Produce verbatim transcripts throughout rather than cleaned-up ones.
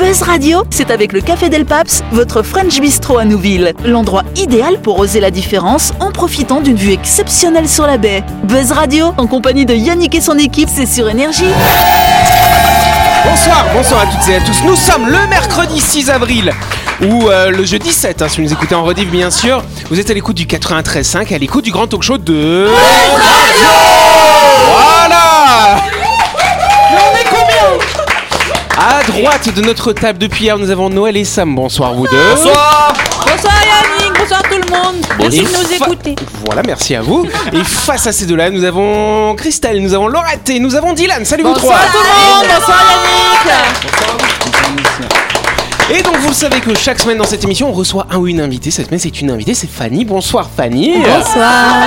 Buzz Radio, c'est avec le Café Del Paps, votre French Bistro à Nouville. L'endroit idéal pour oser la différence en profitant d'une vue exceptionnelle sur la baie. Buzz Radio, en compagnie de Yannick et son équipe, c'est sur Énergie. Bonsoir, bonsoir à toutes et à tous. Nous sommes le mercredi six avril ou euh, le jeudi sept, hein, si vous nous écoutez en rediff bien sûr. Vous êtes à l'écoute du quatre-vingt-treize cinq, à l'écoute du grand talk show de Buzz Radio. Voilà. Mais on est combien? À droite de notre table depuis hier, nous avons Noël et Sam. Bonsoir vous deux. Bonsoir. Bonsoir Yannick, bonsoir tout le monde. Merci et de nous fa- écouter. Voilà, merci à vous. Et face à ces deux-là, nous avons Christelle, nous avons Laurette et nous avons Dylan. Salut vous trois. Bonsoir tout le monde, bonsoir Yannick. Et donc vous le savez que chaque semaine dans cette émission, on reçoit un ou une invitée. Cette semaine, c'est une invitée, c'est Fanny. Bonsoir Fanny. Bonsoir.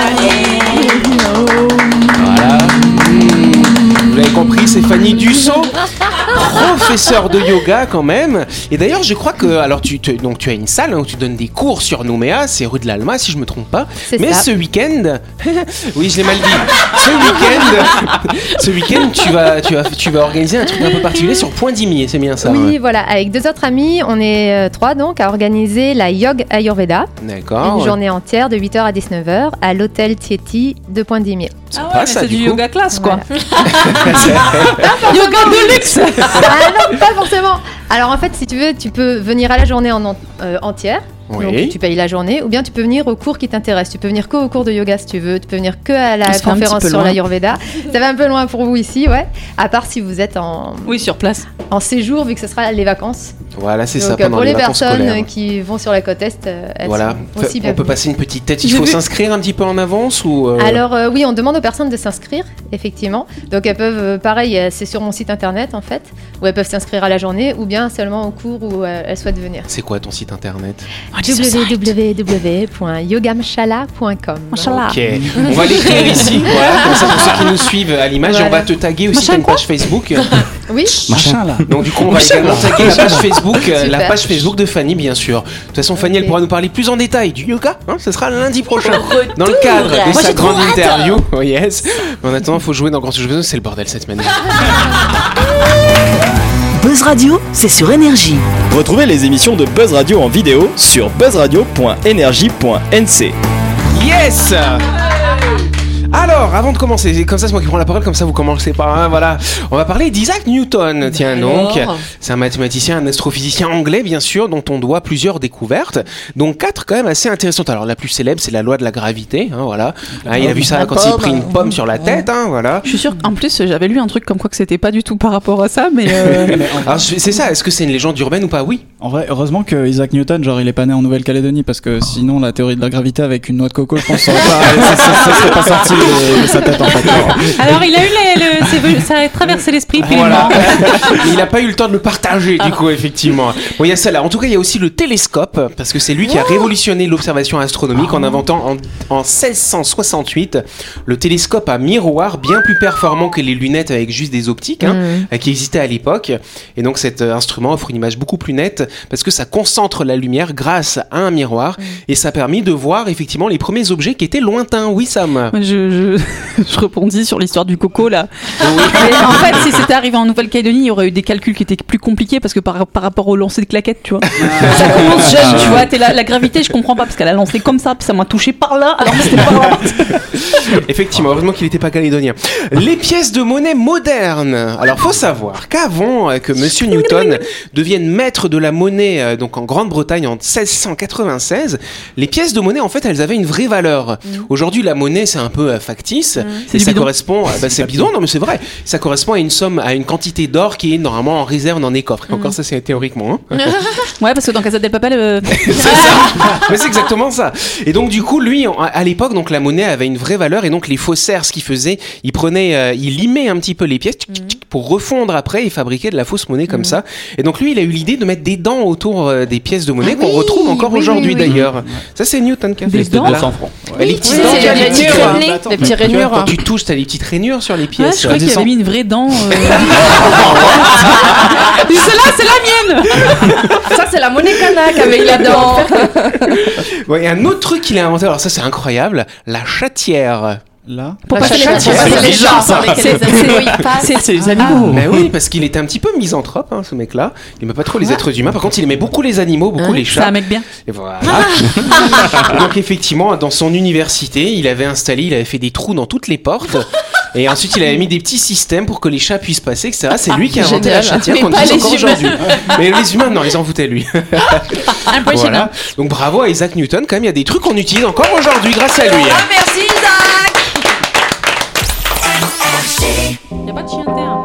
Voilà. Vous l'avez compris, c'est Fanny Dussault, professeure de yoga quand même. Et d'ailleurs, je crois que alors tu te, donc tu as une salle hein, où tu donnes des cours sur Nouméa, c'est rue de l'Alma si je me trompe pas. C'est Mais ça. ce week-end, oui, je l'ai mal dit. Ce week-end, ce week-end, tu vas, tu vas, tu vas organiser un truc un peu particulier sur Point d'Imier, c'est bien ça? Oui, ouais. voilà, avec deux autres amis, on est euh, trois donc à organiser la Yoga Ayurveda, D'accord. une ouais. journée entière de huit heures à dix-neuf heures à l'hôtel Tieti de Point d'Imier. Ah ouais, Pas mais ça, c'est du du coup. yoga classe quoi. Voilà. Yoga de luxe. Ah non, pas forcément. Alors en fait, si tu veux, tu peux venir à la journée en en- euh, entière. Oui. Donc tu payes la journée, ou bien tu peux venir au cours qui t'intéresse. Tu peux venir que au cours de yoga si tu veux. Tu peux venir que à la Ça fait un conférence petit peu sur loin. l'Ayurveda. Ça va un peu loin pour vous ici, ouais. À part si vous êtes en, Oui, sur place. en séjour, vu que ce sera les vacances. Voilà, c'est ça. Donc euh, Pendant pour les vacances personnes scolaires. qui vont sur la côte est, euh, elles Voilà, sont Fait- aussi on bienvenues. peut passer une petite tête. Il J'ai faut vu- s'inscrire un petit peu en avance ou euh, Alors euh, oui, on demande aux personnes de s'inscrire, effectivement. Donc elles peuvent, euh, pareil, euh, c'est sur mon site internet en fait, où elles peuvent s'inscrire à la journée ou bien seulement au cours où euh, elles souhaitent venir. c'est quoi ton site internet? w w w point yogamshala point com. Machallah. Ok, on va l'écrire ici, voilà, comme ça pour ceux qui nous suivent à l'image, Voilà. et on va te taguer aussi, t'as une page Facebook. Oui. Machin là. Donc du coup on va également taguer la page Facebook, euh, la Super. page Facebook de Fanny bien sûr. De toute façon Fanny elle Ok. pourra nous parler plus en détail du yoga, hein, ce sera lundi prochain, dans le cadre de Moi, sa j'ai trop grande hâte. interview. Oh yes. Mais en attendant, faut jouer dans Grand Jeu, c'est le bordel cette semaine. Buzz Radio, c'est sur Énergie. Retrouvez les émissions de Buzz Radio en vidéo sur buzzradio point energie point n c. Yes. Alors, avant de commencer, comme ça c'est moi qui prends la parole, comme ça vous commencez par un, voilà. On va parler d'Isaac Newton, tiens donc. Alors. C'est un mathématicien, un astrophysicien anglais bien sûr, dont on doit plusieurs découvertes, dont quatre quand même assez intéressantes. Alors la plus célèbre c'est la loi de la gravité, hein, voilà. Hein, il a vu ça La quand il a pomme. pris une pomme sur la tête, hein, voilà. Je suis sûre qu'en plus j'avais lu un truc comme quoi que c'était pas du tout par rapport à ça, mais euh, Alors je- c'est ça, est-ce que c'est une légende urbaine ou pas? Oui. En vrai, heureusement que Isaac Newton, genre, il est pas né en Nouvelle-Calédonie, parce que sinon, la théorie de la gravité avec une noix de coco, je pense, ça serait pas, ça, ça- ça serait pas sorti de, de sa tête, en fait. Genre. alors il a eu les, le, c'est venu- ça a traversé l'esprit puis Voilà. il est mort. Mais il n'a pas eu le temps de le partager, du coup, effectivement. Bon, il y a ça là. En tout cas, il y a aussi le télescope, parce que c'est lui qui a révolutionné l'observation astronomique en inventant en, en seize cent soixante-huit le télescope à miroir, bien plus performant que les lunettes avec juste des optiques, hein, euh, qui existaient à l'époque. Et donc, cet euh, instrument offre une image beaucoup plus nette, parce que ça concentre la lumière grâce à un miroir, et ça a permis de voir effectivement les premiers objets qui étaient lointains. Oui, Sam. Je, je, je rebondis sur l'histoire du coco là. Mais en fait, si c'était arrivé en Nouvelle-Calédonie, il y aurait eu des calculs qui étaient plus compliqués parce que par, par rapport au lancer de claquettes, tu vois. Ça commence jeune, tu vois. T'es là, la gravité, je comprends pas parce qu'elle a lancé comme ça, puis ça m'a touché par là, alors que c'était pas loin. Effectivement, heureusement qu'il n'était pas calédonien. Les pièces de monnaie modernes. Alors, faut savoir qu'avant euh, que Monsieur Newton devienne maître de la monnaie, euh, donc en Grande-Bretagne en seize cent quatre-vingt-seize, les pièces de monnaie, en fait, elles avaient une vraie valeur. Aujourd'hui, la monnaie, c'est un peu euh, factice. C'est Et du ça bidon. correspond, à- bah, c'est bidon, non mais c'est vrai. Ça correspond à une somme, à une quantité d'or qui est normalement en réserve dans des coffres. Et encore ça, c'est théoriquement. Hein. Ouais, parce que dans Casa del Papel, euh, C'est ça. Mais c'est exactement ça. Et donc du coup, lui, en- à l'époque, donc la monnaie avait une vraie valeur et donc les faussaires, ce qu'ils faisaient, ils prenaient, euh, ils limaient un petit peu les pièces tchic, tchic, tchic, pour refondre après et fabriquer de la fausse monnaie comme ça. Et donc lui, il a eu l'idée de mettre des dents autour euh, des pièces de monnaie Ah qu'on oui, retrouve encore oui, aujourd'hui oui, oui. d'ailleurs. Ça, c'est Newton qui a fait. Des ce dents truc-là. deux cents francs. Ouais, les petites Oui, dents, c'est tu vois, les les petites rainures, rainures. hein. Les petits Tu vois, rainures. quand tu touches, t'as les petites rainures sur les ouais, pièces. je crois qu'il Descends. avait mis une vraie dent. Euh... Mais celle-là, c'est la mienne. Ça, c'est la monnaie Kanak avec la dent. Ouais, et un autre truc qu'il a inventé, alors ça c'est incroyable, la chatière. Là Pour Bah, passer les chaque- matières. chaque- C'est les chaque- gens chaque- par lesquels c'est- les animaux y passent. C'est c'est les animaux. Bah oui, parce qu'il était un petit peu misanthrope, hein, ce mec-là. Il aimait pas trop les êtres humains. Par contre, il aimait beaucoup les animaux, beaucoup Hein, les c'est chats. un mec bien. Et voilà. Et donc effectivement, dans son université, il avait installé, il avait fait des trous dans toutes les portes. Et ensuite, il avait mis des petits systèmes pour que les chats puissent passer, et cetera. C'est lui qui a inventé la Génial. chatière Mais qu'on pas utilise les encore humains. aujourd'hui. Mais les humains, non, ils en foutaient lui. Impressionnant. Voilà. Donc bravo à Isaac Newton. Quand même, il y a des trucs qu'on utilise encore aujourd'hui grâce à lui. Merci Isaac. Y a pas de chien de terre.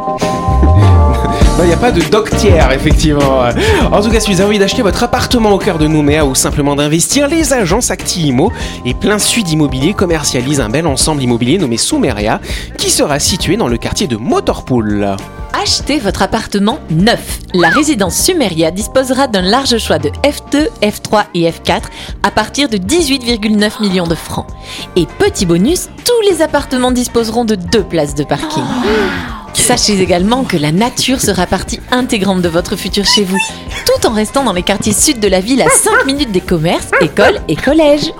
Il n'y a pas de doctière, effectivement. En tout cas, si vous avez envie d'acheter votre appartement au cœur de Nouméa ou simplement d'investir, les agences Acti-Imo et Plein Sud Immobilier commercialisent un bel ensemble immobilier nommé Soumeria qui sera situé dans le quartier de Motorpool. Achetez votre appartement neuf. La résidence Sumeria disposera d'un large choix de F deux, F trois et F quatre à partir de dix-huit virgule neuf millions de francs. Et petit bonus, tous les appartements disposeront de deux places de parking. Sachez également que la nature sera partie intégrante de votre futur chez vous, tout en restant dans les quartiers sud de la ville à cinq minutes des commerces, écoles et collèges.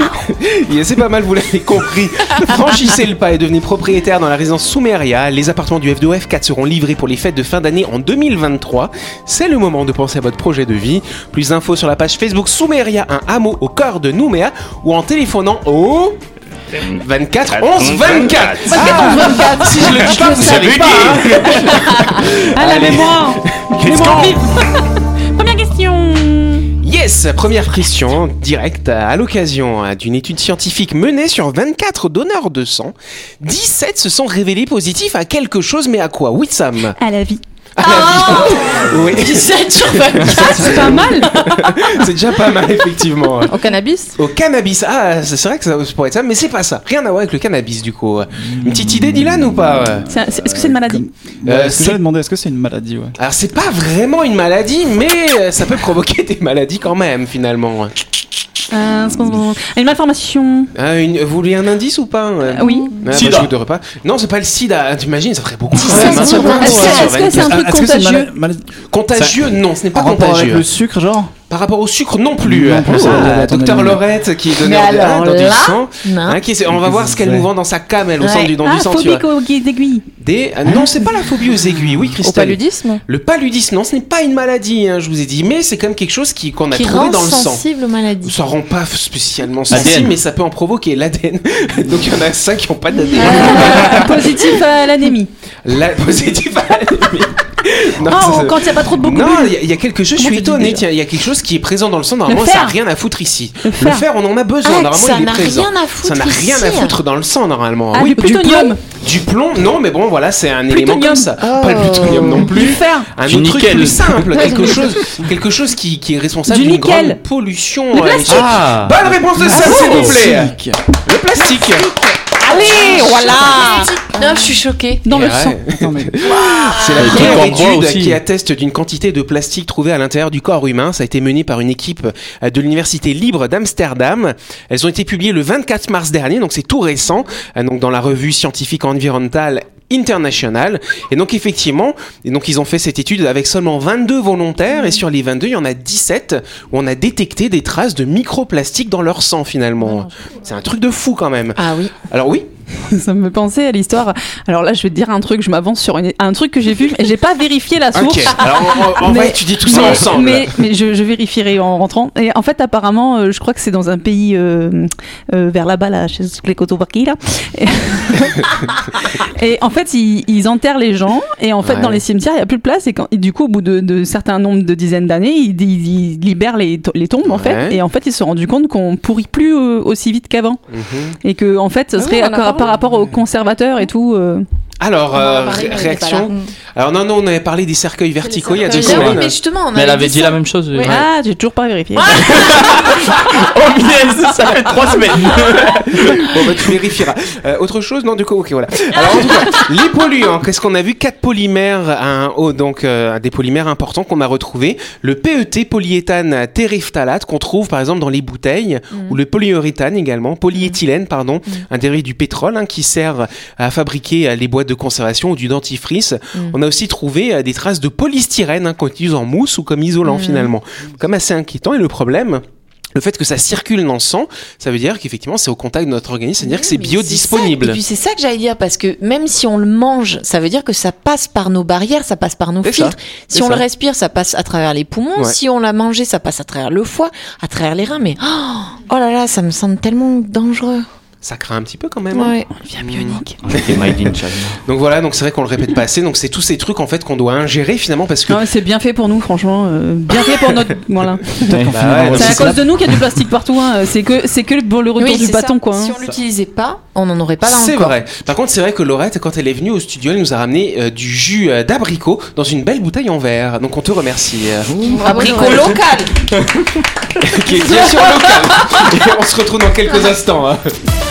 Et c'est pas mal, vous l'avez compris. Franchissez le pas et devenez propriétaire dans la résidence Soumeria. Les appartements du F deux ou F quatre seront livrés pour les fêtes de fin d'année en deux mille vingt-trois. C'est le moment de penser à votre projet de vie. Plus d'infos sur la page Facebook Soumeria, un hameau au cœur de Nouméa, ou en téléphonant au vingt-quatre onze vingt-quatre. Ah, si je le dis pas, vous savez pas. Hein. À la Allez. mémoire. Mémoire vive. Première question. Yes, première question directe à l'occasion d'une étude scientifique menée sur vingt-quatre donneurs de sang. dix-sept se sont révélés positifs à quelque chose, mais à quoi? Oui, Sam. À la vie. À la vie. Oui, dix-sept sur vingt-quatre. C'est pas mal. c'est déjà pas mal, effectivement. Au cannabis. Au cannabis. Ah, c'est c'est vrai que ça pourrait être ça, mais c'est pas ça. Rien à voir avec le cannabis, du coup. Une petite idée, Dylan, ou pas? C'est un- c'est- Est-ce que c'est une maladie? Euh, Euh, Est-ce que c'est- j'allais demander, est-ce que c'est une maladie, ouais. Alors, c'est pas vraiment une maladie, mais euh, ça peut provoquer des maladies quand même, finalement. Euh, c'est pas- Une malformation. Ah, une... Vous voulez un indice ou pas? Euh, oui. Ah, bah, Sida. je vous donnerai pas. Non, c'est pas le sida. T'imagines, ça ferait beaucoup. dix-sept quand même, hein. sur vingt-quatre. Est-ce que- est-ce que c'est un Ah, truc est-ce que c'est une contagieux? mala- maladie Contagieux, non, ce n'est pas en rapport avec contagieux. le sucre, genre Par rapport au sucre, non plus. Non plus, Ah, à ton docteur avis. Laurette, qui est Mais donneur de, alors ah, dans du là, sang. non. Hein, qui est- on va voir ce qu'elle nous vend dans sa cam, elle, au Ouais. centre du don Ah, du sang. tu phobie vois. qu'aux d'aiguilles. Des... ah, non, c'est pas la phobie aux aiguilles, oui, Au Christelle. paludisme Le paludisme, non, ce n'est pas une maladie, hein, je vous ai dit, mais c'est quand même quelque chose qui, qu'on a Qui trouvé rend dans le sang. sensible aux maladies. Ça rend pas spécialement L'A D N. sensible, mais ça peut en provoquer l'A D N. Donc il y en a cinq qui n'ont pas d'A D N. Euh, Positif à l'anémie. La positive à l'anémie. Non, ça, Oh, c'est- quand il n'y a pas trop de beaucoup. non, il y, a- il y a quelque chose, je Comment suis tu dis étonné, déjà tiens, il y a quelque chose qui est présent dans le sang, normalement Le ça n'a fer. rien à foutre ici. Le Le fer. fer, on en a besoin, Ah, normalement ça il est n'a présent. rien à foutre Ça n'a rien à ici. foutre dans le sang, normalement. Ah, oui, du plutonium. Du plomb, non, mais bon, voilà, c'est un élément Plutonium. comme ça. Pas le plutonium non Du plus. fer. Un Du autre truc nickel. plus simple, quelque chose, quelque chose qui, qui est responsable Du d'une nickel. grande pollution. Du euh, plastique. Ah. Bonne réponse de Sam, s'il vous plaît. Le plastique. Allez, voilà. Non, je suis choquée. Dans le Ouais. sang. Non, mais C'est la Et première trucs en bois étude aussi. qui atteste d'une quantité de plastique trouvée à l'intérieur du corps humain. Ça a été mené par une équipe euh, de l'Université libre d'Amsterdam. Elles ont été publiées le vingt-quatre mars dernier, donc c'est tout récent, euh, donc dans la revue scientifique environnementale International. Et donc effectivement, et donc ils ont fait cette étude avec seulement vingt-deux volontaires, et sur les vingt-deux, il y en a dix-sept où on a détecté des traces de microplastique dans leur sang finalement. C'est un truc de fou quand même. Ah oui. Alors oui, Ça me fait penser à l'histoire. Alors là, je vais te dire un truc, je m'avance sur une- un truc que j'ai vu et j'ai pas vérifié la source. ok. Alors on, on- on va Mais- étudier tout ça mais, ensemble. Mais, mais je, je vérifierai en rentrant. Et en fait, apparemment, euh, je crois que c'est dans un pays euh, euh, vers là-bas, là, chez les Cotopaxi, là. Et, et en fait, ils, ils enterrent les gens. Et en fait, Ouais. dans les cimetières, il n'y a plus de place. Et, quand, et du coup, au bout de, de certains nombres de dizaines d'années, ils, ils- ils libèrent les, to- les tombes, en fait. Ouais. Et en fait, ils se sont rendus compte qu'on pourrit plus euh, aussi vite qu'avant. Mhm. Et que, en fait, ce Ah serait oui, on en a par, parlé. par rapport aux conservateurs et tout. euh, Alors, On en a euh, parlé, ré- mais on était réaction. pas là. Alors non, non, on avait parlé des cercueils verticaux il y a deux cercueils. Ah oui, semaines. mais justement, on Mais elle avait dit ça. la même chose. Oui. ouais. Ah, j'ai toujours pas vérifié. Oh yes, ça fait trois semaines. Bon, bah, tu vérifieras. Euh, autre chose? Non, du coup, ok, voilà. Alors, en tout cas, les polluants, qu'est-ce qu'on a vu? Quatre polymères, un, oh, donc, euh, des polymères importants qu'on a retrouvés. Le P E T, polyéthane terephthalate, qu'on trouve, par exemple, dans les bouteilles, ou le polyuréthane également, polyéthylène, pardon, un dérivé du pétrole, hein, qui sert à fabriquer euh, les boîtes de conservation ou du dentifrice. On a aussi trouvé euh, des traces de polystyrène, hein, qu'on utilise en mousse ou comme isolant, finalement. Comme assez inquiétant. Et le problème, le fait que ça circule dans le sang, ça veut dire qu'effectivement c'est au contact de notre organisme, c'est-à-dire Oui, que c'est mais biodisponible. ça. Et puis c'est ça que j'allais dire, parce que même si on le mange, ça veut dire que ça passe par nos barrières, ça passe par nos C'est filtres. ça. Si C'est on ça. le respire, ça passe à travers les poumons. Ouais. Si on l'a mangé, ça passe à travers le foie, à travers les reins. Mais oh, oh là là, ça me semble tellement dangereux. Ça craint un petit peu quand même. hein. Ouais. On devient bionique. C'était Made in China. Donc voilà, donc c'est vrai qu'on le répète pas assez. Donc c'est tous ces trucs en fait qu'on doit ingérer finalement parce que. Ah ouais, c'est bien fait pour nous, franchement. euh, bien fait pour notre. Voilà. Bah ouais, C'est à c'est cause de nous qu'il y a du plastique partout. Hein. C'est que c'est que pour le retour Oui, du c'est bâton, ça. quoi. hein. Si on l'utilisait pas, on n'en aurait pas là C'est encore. vrai. Par contre, c'est vrai que Laurette, quand elle est venue au studio, elle nous a ramené euh, du jus euh, d'abricot dans une belle bouteille en verre. Donc on te remercie. euh, Abricot local. qui est bien sûr local. Et on se retrouve dans quelques instants. hein.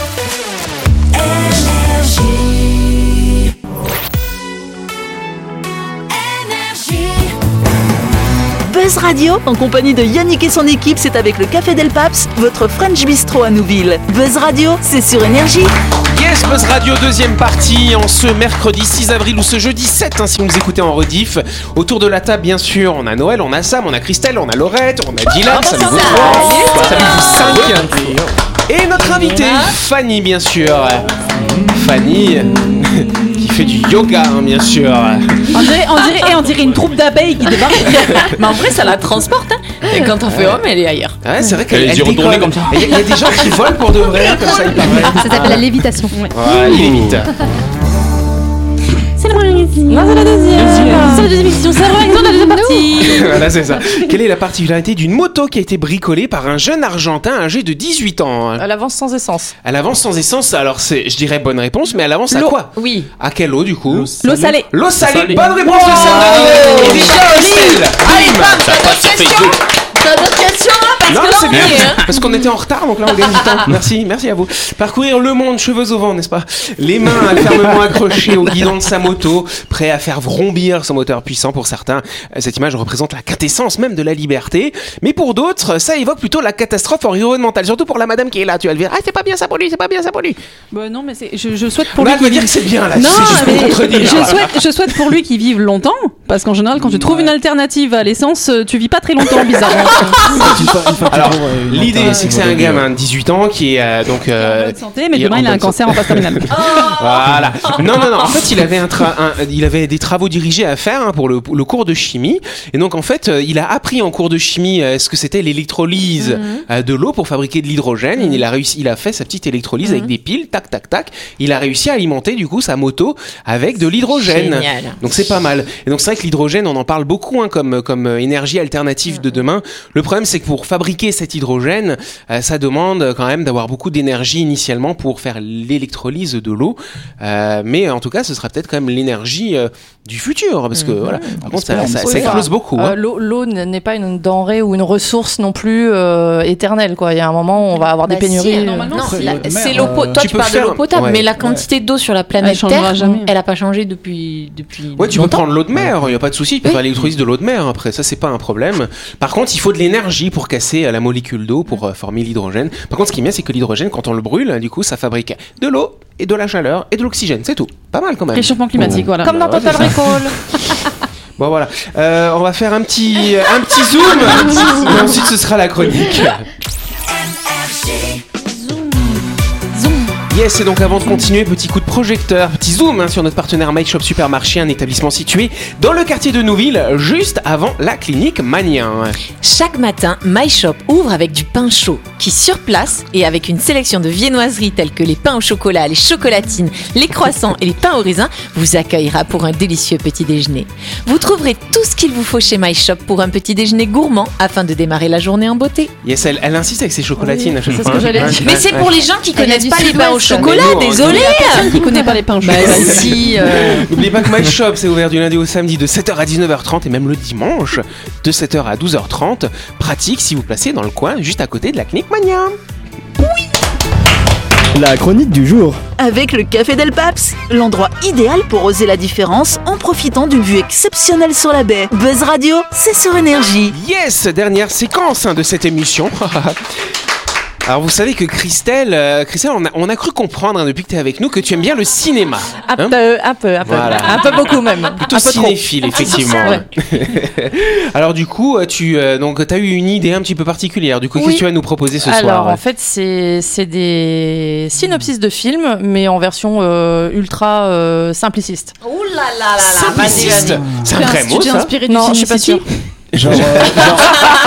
Buzz Radio, en compagnie de Yannick et son équipe, c'est avec le Café Del Paps, votre French Bistro à Nouville. Buzz Radio, c'est sur Énergie. Yes, Buzz Radio, deuxième partie, en ce mercredi six avril ou ce jeudi sept, hein, si vous nous écoutez en rediff. Autour de la table, bien sûr, on a Noël, on a Sam, on a Christelle, on a Laurette, on a Dylan, salut vous trois, salut vous cinq. Et notre invitée, Fanny, bien sûr. Fanny, qui fait du yoga, hein, bien sûr. On dirait, on dirait, et on dirait une troupe d'abeilles qui débarque. Mais en vrai, ça la transporte. Hein. Et quand on fait homme, elle est ailleurs. Ouais, c'est vrai qu'elle Elle est elle yeux retournés décolle. comme ça. Il y, a- il y a des gens qui volent pour de vrai, hein, comme ça, il paraît. Ça s'appelle la lévitation. Ouais, il est vite. C'est la première émission. Non, c'est la deuxième. C'est la deuxième émission. C'est la première émission de la deuxième partie. Voilà, c'est ça. Quelle est la particularité d'une moto qui a été bricolée par un jeune Argentin âgé de dix-huit ans? Elle avance sans essence. Elle avance sans essence, alors c'est, je dirais bonne réponse, mais elle avance à L'eau. quoi? Oui. À quelle eau du coup? L'eau salée. L'eau salée. Salée. Bonne réponse de Sam Denis. Et déjà, Estelle. Allez, Bim. bam, t'as d'autres questions T'as d'autres questions là parce Non, que là, c'est on bien, y est, hein. parce qu'on était en retard, donc là on gagne du temps. Merci, merci à vous. Parcourir le monde, cheveux au vent, n'est-ce pas? Les mains fermement accrochées au guidon de sa moto, prêt à faire vrombir son moteur puissant pour certains. Cette image représente la quintessence même de la liberté. Mais pour d'autres, ça évoque plutôt la catastrophe environnementale. Surtout pour la madame qui est là, tu vas le dire. Ah, c'est pas bien, ça pollue, c'est pas bien, ça pollue. Bah non, mais c'est, je, je souhaite pour Là, lui elle va qu'il dire que c'est bien, là. Non, c'est juste pour mais contredire. je souhaite, je souhaite pour lui qu'il vive longtemps, parce qu'en général, quand tu trouves une alternative à l'essence, tu vis pas très longtemps, bizarrement. Une fois- une fois qu'il Alors, trouve, euh, une l'idée, entrée, c'est que il c'est va un devenir- gamin de dix-huit ans qui est euh, donc. euh, En bonne santé, mais il est demain en il a un bonne cancer en phase terminale. Voilà. Non, non, non. En fait, il avait un, tra- un- il avait des travaux dirigés à faire hein, pour le, le cours de chimie. Et donc, en fait, euh, il a appris en cours de chimie euh, ce que c'était l'électrolyse euh, de l'eau pour fabriquer de l'hydrogène. Et il a réussi, il a fait sa petite électrolyse avec des piles, tac, tac, tac. Il a réussi à alimenter du coup sa moto avec de l'hydrogène. Génial. Donc c'est pas mal. Et donc c'est vrai que l'hydrogène, on en parle beaucoup hein, comme comme euh, énergie alternative de demain. Le problème, c'est que pour fabriquer cet hydrogène, euh, ça demande quand même d'avoir beaucoup d'énergie initialement pour faire l'électrolyse de l'eau. Euh, mais en tout cas, ce sera peut-être quand même l'énergie euh, du futur, parce que voilà. Par contre, ça, ça, ça Oui, explose enfin, beaucoup. euh, hein. l'eau, l'eau n'est pas une denrée ou une ressource non plus euh, éternelle, quoi. Il y a un moment où on va avoir Bah des pénuries. si, euh, normalement, Après, la- l'eau de mer, c'est l'eau po- euh, Toi, tu tu, peux parles de faire- l'eau potable, ouais. mais la quantité d'eau sur la planète Elle changera Terre, jamais. elle a pas changé depuis depuis. Ouais, tu peux longtemps. prendre l'eau de mer, il n'y a pas de souci, tu peux Oui. faire l'électrolyse de l'eau de mer après, ça c'est pas un problème. Par contre, il faut de l'énergie pour casser euh, la molécule d'eau, pour euh, former l'hydrogène. Par contre, ce qui est bien, c'est que l'hydrogène, quand on le brûle, du coup, ça fabrique de l'eau et de la chaleur et de l'oxygène, c'est tout. Pas mal quand même. Réchauffement climatique, voilà. Comme dans Bah ouais, Total c'est ça. Recall. Bon voilà, Euh, on va faire un petit, un petit zoom, et ensuite ce sera la chronique. Yes, et donc avant de continuer, petit coup de projecteur, petit zoom hein, sur notre partenaire MyShop Supermarché, un établissement situé dans le quartier de Nouville, juste avant la clinique Magnien. Chaque matin, MyShop ouvre avec du pain chaud, qui sur place et avec une sélection de viennoiseries telles que les pains au chocolat, les chocolatines, les croissants et les pains au raisin, vous accueillera pour un délicieux petit déjeuner. Vous trouverez tout ce qu'il vous faut chez MyShop pour un petit déjeuner gourmand afin de démarrer la journée en beauté. Yes, elle, elle insiste avec ses chocolatines à chaque c'est fois. ce que j'allais hein. dire. Mais c'est pour les gens qui Elle vient connaissent du pas les pains au Sud-Ouest. chocolat, Mais nous, on- désolé. Personne qui connaît pas les pains au Bah chocolat. si. euh, N'oubliez pas que MyShop, c'est ouvert du lundi au samedi de sept heures à dix-neuf heures trente et même le dimanche de sept heures à douze heures trente. Pratique si vous placez dans le coin juste à côté de la clinique Magnien. La chronique du jour. Avec le Café Del Paps, l'endroit idéal pour oser la différence en profitant d'une vue exceptionnelle sur la baie. Buzz Radio, c'est sur Énergie. Yes, dernière séquence hein, de cette émission. Alors vous savez que Christelle, euh, Christelle on, a, on a cru comprendre hein, depuis que tu es avec nous que tu aimes bien le cinéma. Un hein peu, un peu, un peu. Voilà. Un peu beaucoup même. Plutôt un peu cinéphile, trop. effectivement. Ouais. Alors du coup, tu euh, donc, as eu une idée un petit peu particulière. Du coup, Oui. qu'est-ce que tu vas nous proposer ce Alors, soir en fait, c'est, c'est des synopsis de films, mais en version euh, ultra euh, simpliciste. Ouh là là là là. Simpliciste. Vas-y, vas-y. C'est un vrai mot, Tu t'es ça. inspiré du Non, je suis pas Cinécity sûre. Genre, euh, genre,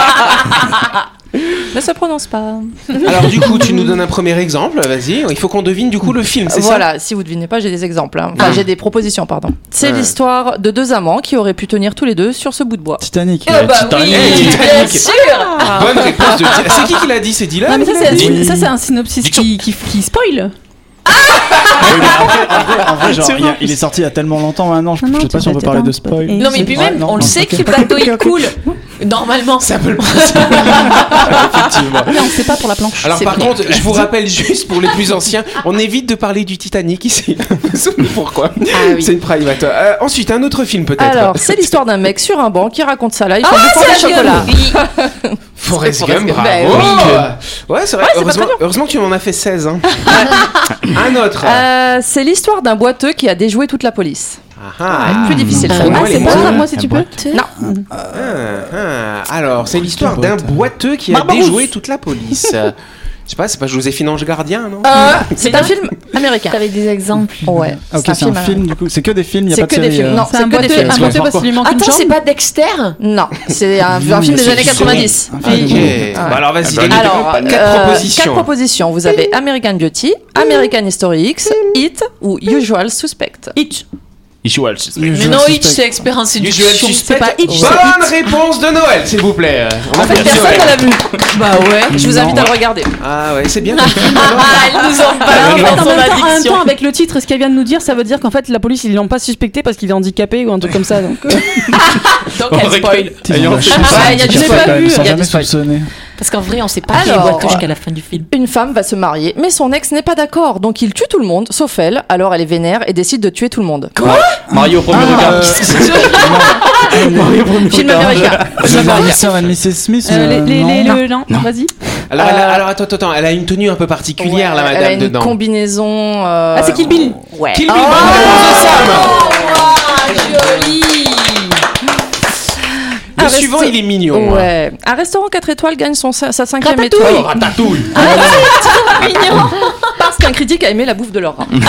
Ne se prononce pas. Alors du coup, tu nous donnes un premier exemple. Vas-y. Il faut qu'on devine du coup le film, c'est Voilà, si vous devinez pas, j'ai des exemples. hein. Enfin, Ah. j'ai des propositions, pardon. C'est Ah. l'histoire de deux amants qui auraient pu tenir tous les deux sur ce bout de bois. Titanic. Oh bah oui, Titanic. bien sûr. ça Bonne réponse de. C'est qui qui l'a dit? C'est Dylan? Non, mais ça, c'est, Oui. ça, c'est un synopsis qui, qui, qui spoil. Oui, mais en vrai, en vrai, en vrai, genre, il, y a- il est sorti il y a tellement longtemps maintenant, je, Non, non, je sais pas tu si on peut t'es parler pas- de spoil. Non mais puis Ouais, même, non, on le non, sait ok. que le bateau Ok, il ok. coule. Normalement. C'est un peu le principe. Effectivement. Mais on sait pas pour la planche. Alors C'est par vrai. contre, je vous rappelle juste pour les plus anciens, on évite de parler du Titanic ici. Vous savez pourquoi? Ah oui. C'est une private. Euh, ensuite, un autre film peut-être. Alors, c'est l'histoire d'un mec sur un banc qui raconte ça là. Il fait Ah, du pain c'est au chocolat. Oui. Forrest Forrest Gump, Gump. bravo. Bah Ouais, c'est vrai. Ouais, c'est pas heureusement, très dur. heureusement que tu m'en as fait seize. Hein. Un autre. Euh, c'est l'histoire d'un boiteux qui a déjoué toute la police. Ah, Plus difficile ça. Pour moi, Ah, les c'est mots. pas moi si tu peux. Non. Ah, ah. Alors, c'est l'histoire d'un boiteux qui a Barbarousse. déjoué toute la police. Je sais pas, c'est pas Joséphine Ange Gardien, non? Euh, c'est un film américain. T'avais des exemples. Ouais. Ok, c'est un film du coup, c'est que des films, il y a C'est pas de que des série. films, euh. non. C'est C'est un que des boiteux, films. un boiteux parce qu'il lui manque une Attends, c'est jambe. pas Dexter? Non, c'est un, un Non, film mais des c'est années une quatre-vingt-dix. Un film. Ok. Bah alors vas-y, bah, donne Alors, quatre euh, propositions. quatre propositions. Vous avez American Beauty, American History X, Hit ou Usual Suspect. Hitch. Usual. Mais non, Hitch, c'est expérience Usual séduction. Suspect. c'est pas Hitch, Bonne réponse de Noël, s'il vous plaît. On En va fait, bien sûr, personne ouais. ne l'a vu. Bah ouais. Je vous invite Non. à le regarder. Ah ouais, c'est bien. Ah, elle nous en Alors, parle en fait, en dans son même temps, en même addiction. temps, avec le titre, ce qu'elle vient de nous dire, ça veut dire qu'en fait, la police, ils l'ont pas suspecté parce qu'il est handicapé ou un truc comme ça. Donc, euh, Donc elle spoil. Ils ont la chance, Ouais, il y a hein, du ils spoil. savent pas, Il y Ils sont a du jamais spoil. soupçonnés. Parce qu'en vrai, on sait pas qui est Alors, boiteux jusqu'à la fin du film. Une femme va se marier, mais son ex n'est pas d'accord, donc il tue tout le monde, sauf elle. Alors elle est vénère et décide de tuer tout le monde. Mario au premier regard. Film américain. Film américain. Mister and missus Smith. euh, les, euh, les, les, non. le- non, vas-y. Alors, elle a- Euh, alors attends, attends, attends, elle a une tenue un peu particulière, la Ouais, madame, elle a une dedans. combinaison. euh, Ah, c'est Kill Bill. Ouais. Kill Bill, bonne réponse de Sam. Ah, joli. Le Un suivant, resto- il est mignon. hein. Ouais. Un restaurant quatre étoiles gagne son, sa sa cinquième Ratatouille. étoile. Oh, ratatouille. Mignon. Parce qu'un critique a aimé la bouffe de leur rein.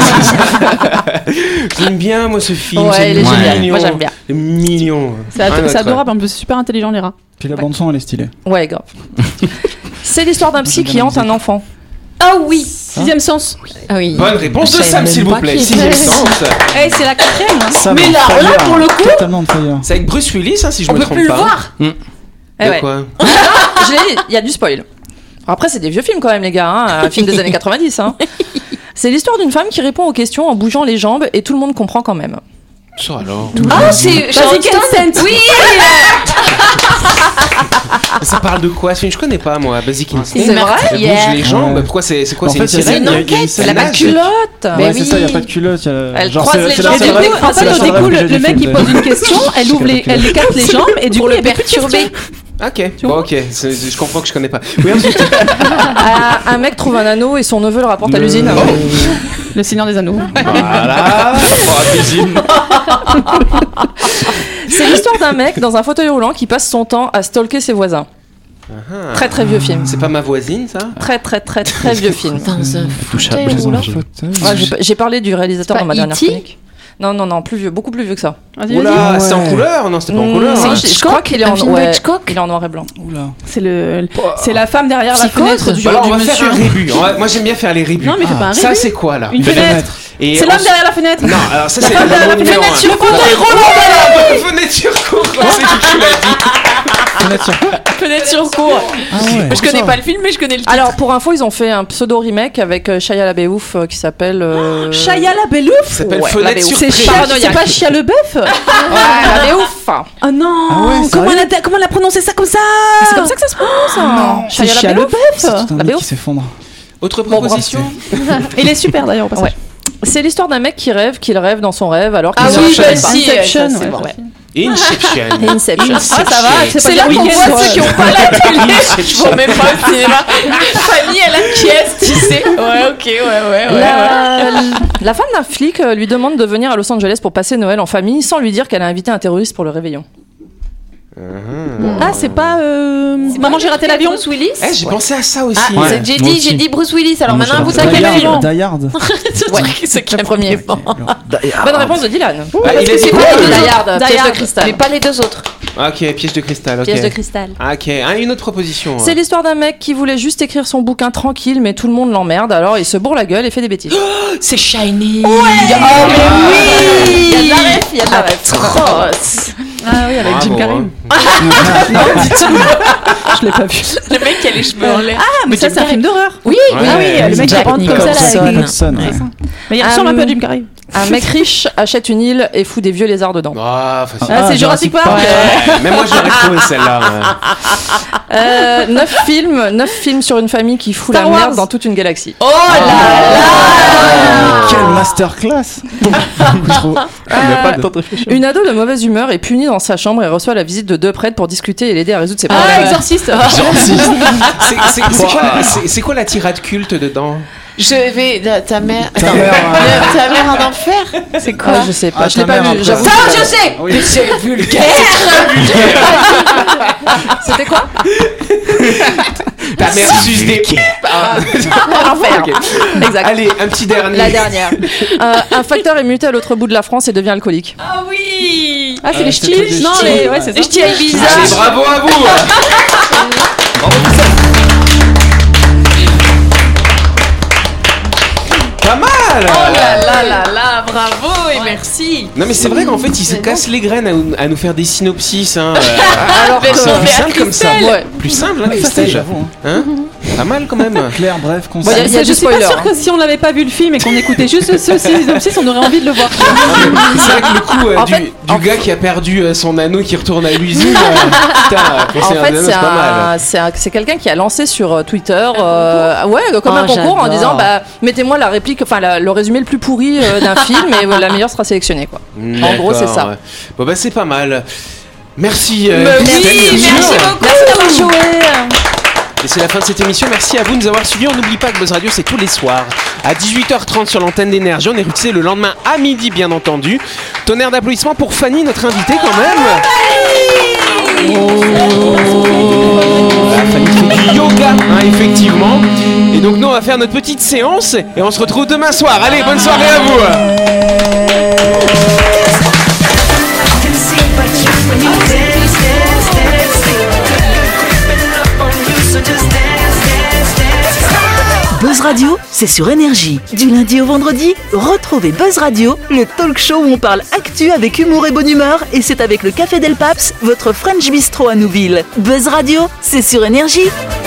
J'aime bien, moi, ce film. Ouais, c'est il est génial. mignon. Moi, j'aime bien. C'est mignon. C'est ad- Un c'est autre. adorable, en plus, c'est super intelligent, les rats. Puis la bande son, elle est stylée. Ouais, grave. C'est l'histoire d'un psy qui hante un enfant. Ah oui. Sixième sens. Ah oui. Bonne réponse de Je Sam, savais s'il même vous pas plaît. qui Sixième était. sens. Eh, c'est la quatrième. hein. Ça, Mais on là, fire. là, pour le coup- Totalement de fire. C'est avec Bruce Willis, hein, si je On me peut trompe plus le pas. voir. De Eh ouais. quoi? Je l'ai dit, il y a du spoil. Après, c'est des vieux films quand même, les gars. Hein. Un film des années quatre-vingt-dix. Hein. C'est l'histoire d'une femme qui répond aux questions en bougeant les jambes et tout le monde comprend quand même. Ça alors. Ah, c'est Sharon Basic Stone. Instinct. Oui. Ça parle de quoi? Ce film, je connais pas, moi. Basic Instinct. C'est vrai? Elle Yeah. bouge les jambes. Ouais. Pourquoi c'est c'est quoi? En C'est fait, une il y a- sirène? il y a- il y a une enquête, scène Elle a pas de nage. culotte. Ouais, Mais c'est oui. ça, il n'y a pas de culotte. il y a- Elle genre, croise c'est- les c'est jambes la- Et c'est du la- coup, c'est en la fait, au scène début, la le, plus le du mec, film, il pose d'ailleurs. une question, elle ouvre les, elle écarte les jambes, et du coup, il y a plus de questions. Ok, bon, ok, c'est- je comprends que je connais pas. Oui, ensuite. Un, un mec trouve un anneau et son neveu le rapporte à l'usine. Le Seigneur des Anneaux. Voilà. Pour la cuisine. C'est l'histoire d'un mec dans un fauteuil roulant qui passe son temps à stalker ses voisins. Ah. Très très vieux film. C'est pas ma voisine, ça? Très très très très vieux film. Dans un Touchable. fauteuil roulant. Ouais, j'ai- j'ai parlé du réalisateur C'est dans ma pas dernière E T? chronique. Non, non, non, plus vieux, beaucoup plus vieux que ça. Vas-y, vas-y. Oula, vas-y. c'est en Ouais. couleur? Non, c'était pas en couleur. Mmh, hein. je, je crois qu'il est Un en film de ouais, Hitchcock. il est en noir et blanc. Oula. C'est le, c'est la femme derrière la Psychose. fenêtre du, Bah alors, du on va monsieur. faire un rébut. On va- Moi, j'aime bien faire les rébus. Non, mais fais pas un Ça, rébut. c'est quoi, là? Une fenêtre. Et C'est on l'homme s- derrière la fenêtre. Non, alors ça, c'est femme le derrière mot la numéro fenêtre un. sur fauteuil Voilà, fenêtre sur cour. C'est qui qui l'a dit? Fenêtre sur- Fenêtre sur cour. Ah ouais. Je connais pas le film, mais je connais le titre. Alors, pour info, ils ont fait un pseudo remake avec euh, Shia LaBeouf euh, qui s'appelle. euh, Chaya la Bellouf. Ça s'appelle Ouais, Fenêtre la sur C'est pré. Chia, Paranoïaque. c'est pas Chia le bœuf. Ouais, LaBeouf. Oh non. Ah ouais, comment, sérieux elle a, comment elle a prononcé ça comme ça? C'est comme ça que ça se prononce. hein. C'est Shia Chia le LaBeouf. C'est bœuf. tout un La mec B O. qui s'effondre. Autre Bon, proposition? Il est super d'ailleurs au passage. Ouais. C'est l'histoire d'un mec qui rêve qu'il rêve dans son rêve alors qu'il Ah ne oui, le bah connaît pas. si. Inception, ça, c'est ouais, bon. facile. Inception. Inception. Inception. Ah, ça va, c'est, C'est là qu'on voit ceux qui n'ont pas la télé. Je vois même pas au cinéma. Fanny, elle acquiesce, tu sais. Ouais, ok, ouais, ouais, ouais. La, la femme d'un flic euh, lui demande de venir à Los Angeles pour passer Noël en famille sans lui dire qu'elle a invité un terroriste pour le réveillon. Ah, c'est pas. Euh... Maman, j'ai raté l'avion. Bruce Willis. Eh, j'ai pensé à ça aussi. Ah, Ouais, c'est- j'ai moi dit, aussi. j'ai dit Bruce Willis. Alors Moi, maintenant, je vous sais pas. savez quel film. Die Hard. Ouais, c'est le premier. Bonne réponse de Dylan. Ah, il a dit C'est quoi quoi les deux Die autres Hard, Die piège de Hard. cristal. Mais pas les deux autres. Ok, piège de cristal. Ok. Piège de cristal. Ah, ok. Ah, une autre proposition. C'est l'histoire d'un mec qui voulait juste écrire son bouquin tranquille, mais tout le monde l'emmerde, alors il se bourre la gueule et fait des bêtises. C'est Shiny. Oh, mais oui. Il y a de la ref, il y a de la ref. Atroce. Ah oui, avec Bravo, Jim Carrey. hein. Je l'ai pas vu. Le mec qui a les cheveux en l'air. Ah, mais ça, c'est un film d'horreur. Oui, Ouais. oui, Ah oui, oui. le mec qui Jack rentre comme ça là Nicholson. avec des- Nicholson, ouais. Mais il ressemble Euh, un peu à Jim Carrey. Un mec riche achète une île et fout des vieux lézards dedans. Ah, facile. Ah, c'est Jurassic Park. Ouais. Même moi, j'aurais trouvé celle-là. ouais. Euh, neuf films, neuf films sur une famille qui fout Star la Wars. merde dans toute une galaxie. Oh là là. Quelle masterclass. Je trouve- Euh, Une ado de mauvaise humeur est punie dans sa chambre et reçoit la visite de deux prêtres pour discuter et l'aider à résoudre ses Ah, problèmes. Exorciste. C'est- c'est- c'est quoi la- c'est- C'est quoi la tirade culte dedans? Je vais. Ta, ta mère. Ta Attends. mère, Le- ta mère en enfer. C'est quoi Ah, je sais pas, Ah, je l'ai ta pas mère vu. après. J'avoue. Ça, je sais. Mais c'est vulgaire. C'était quoi Ta mère suce des. Enfer. Ok. Exact. Allez, un petit dernier. La dernière. Euh, un facteur est muté à l'autre bout de la France et devient alcoolique. Ah oui. Ah, c'est les c'était des ch'tis. Non, ch'tis. les. Ouais, c'est Les ça. ch'tis à Ibiza. Allez, bravo à vous. Pas mal. Oh là là là là, bravo et merci. Non mais c'est vrai qu'en fait ils se cassent les graines à, nous- à nous faire des synopsis hein. euh, Alors c'est que- plus mais à simple comme ça. Christelle. Ouais. Plus simple hein, Ça, c'est- Christelle. j'avoue. Hein Pas mal quand même. Clair, bref, concis. Bon, y a- y a je du suis pas spoiler, sûre hein. que si on n'avait pas vu le film et qu'on écoutait juste ce synopsis, on aurait envie de le voir. C'est vrai que le coup euh, En du, fait- du gars qui a perdu euh, son anneau qui retourne à l'usine. euh, putain, En conseiller fait, d'anneau, c'est, c'est pas mal. un, c'est, un- c'est quelqu'un qui a lancé sur euh, Twitter, euh, ouais, comme Oh, un concours en j'adore. disant, bah, mettez-moi la réplique, enfin, la- le résumé le plus pourri euh, d'un film et euh, la meilleure sera sélectionnée, quoi. En gros, c'est D'accord, ça. ouais. Bon bah c'est pas mal. Merci. euh, Bah oui, Christelle, bien merci sûr. beaucoup. Merci d'avoir joué. Et c'est la fin de cette émission. Merci à vous de nous avoir suivis. On n'oublie pas que Buzz Radio, c'est tous les soirs à dix-huit heures trente sur l'antenne d'Énergie. On est rediffusé le lendemain à midi, bien entendu. Tonnerre d'applaudissements pour Fanny, notre invitée, quand même. Ah, Fanny fait du yoga, hein, effectivement. Et donc, nous, on va faire notre petite séance et on se retrouve demain soir. Allez, bonne soirée à vous. Buzz Radio, c'est sur Énergie. Du lundi au vendredi, retrouvez Buzz Radio, le talk show où on parle actu avec humour et bonne humeur, et c'est avec le Café Del Paps, votre French Bistro à Nouville. Buzz Radio, c'est sur Énergie.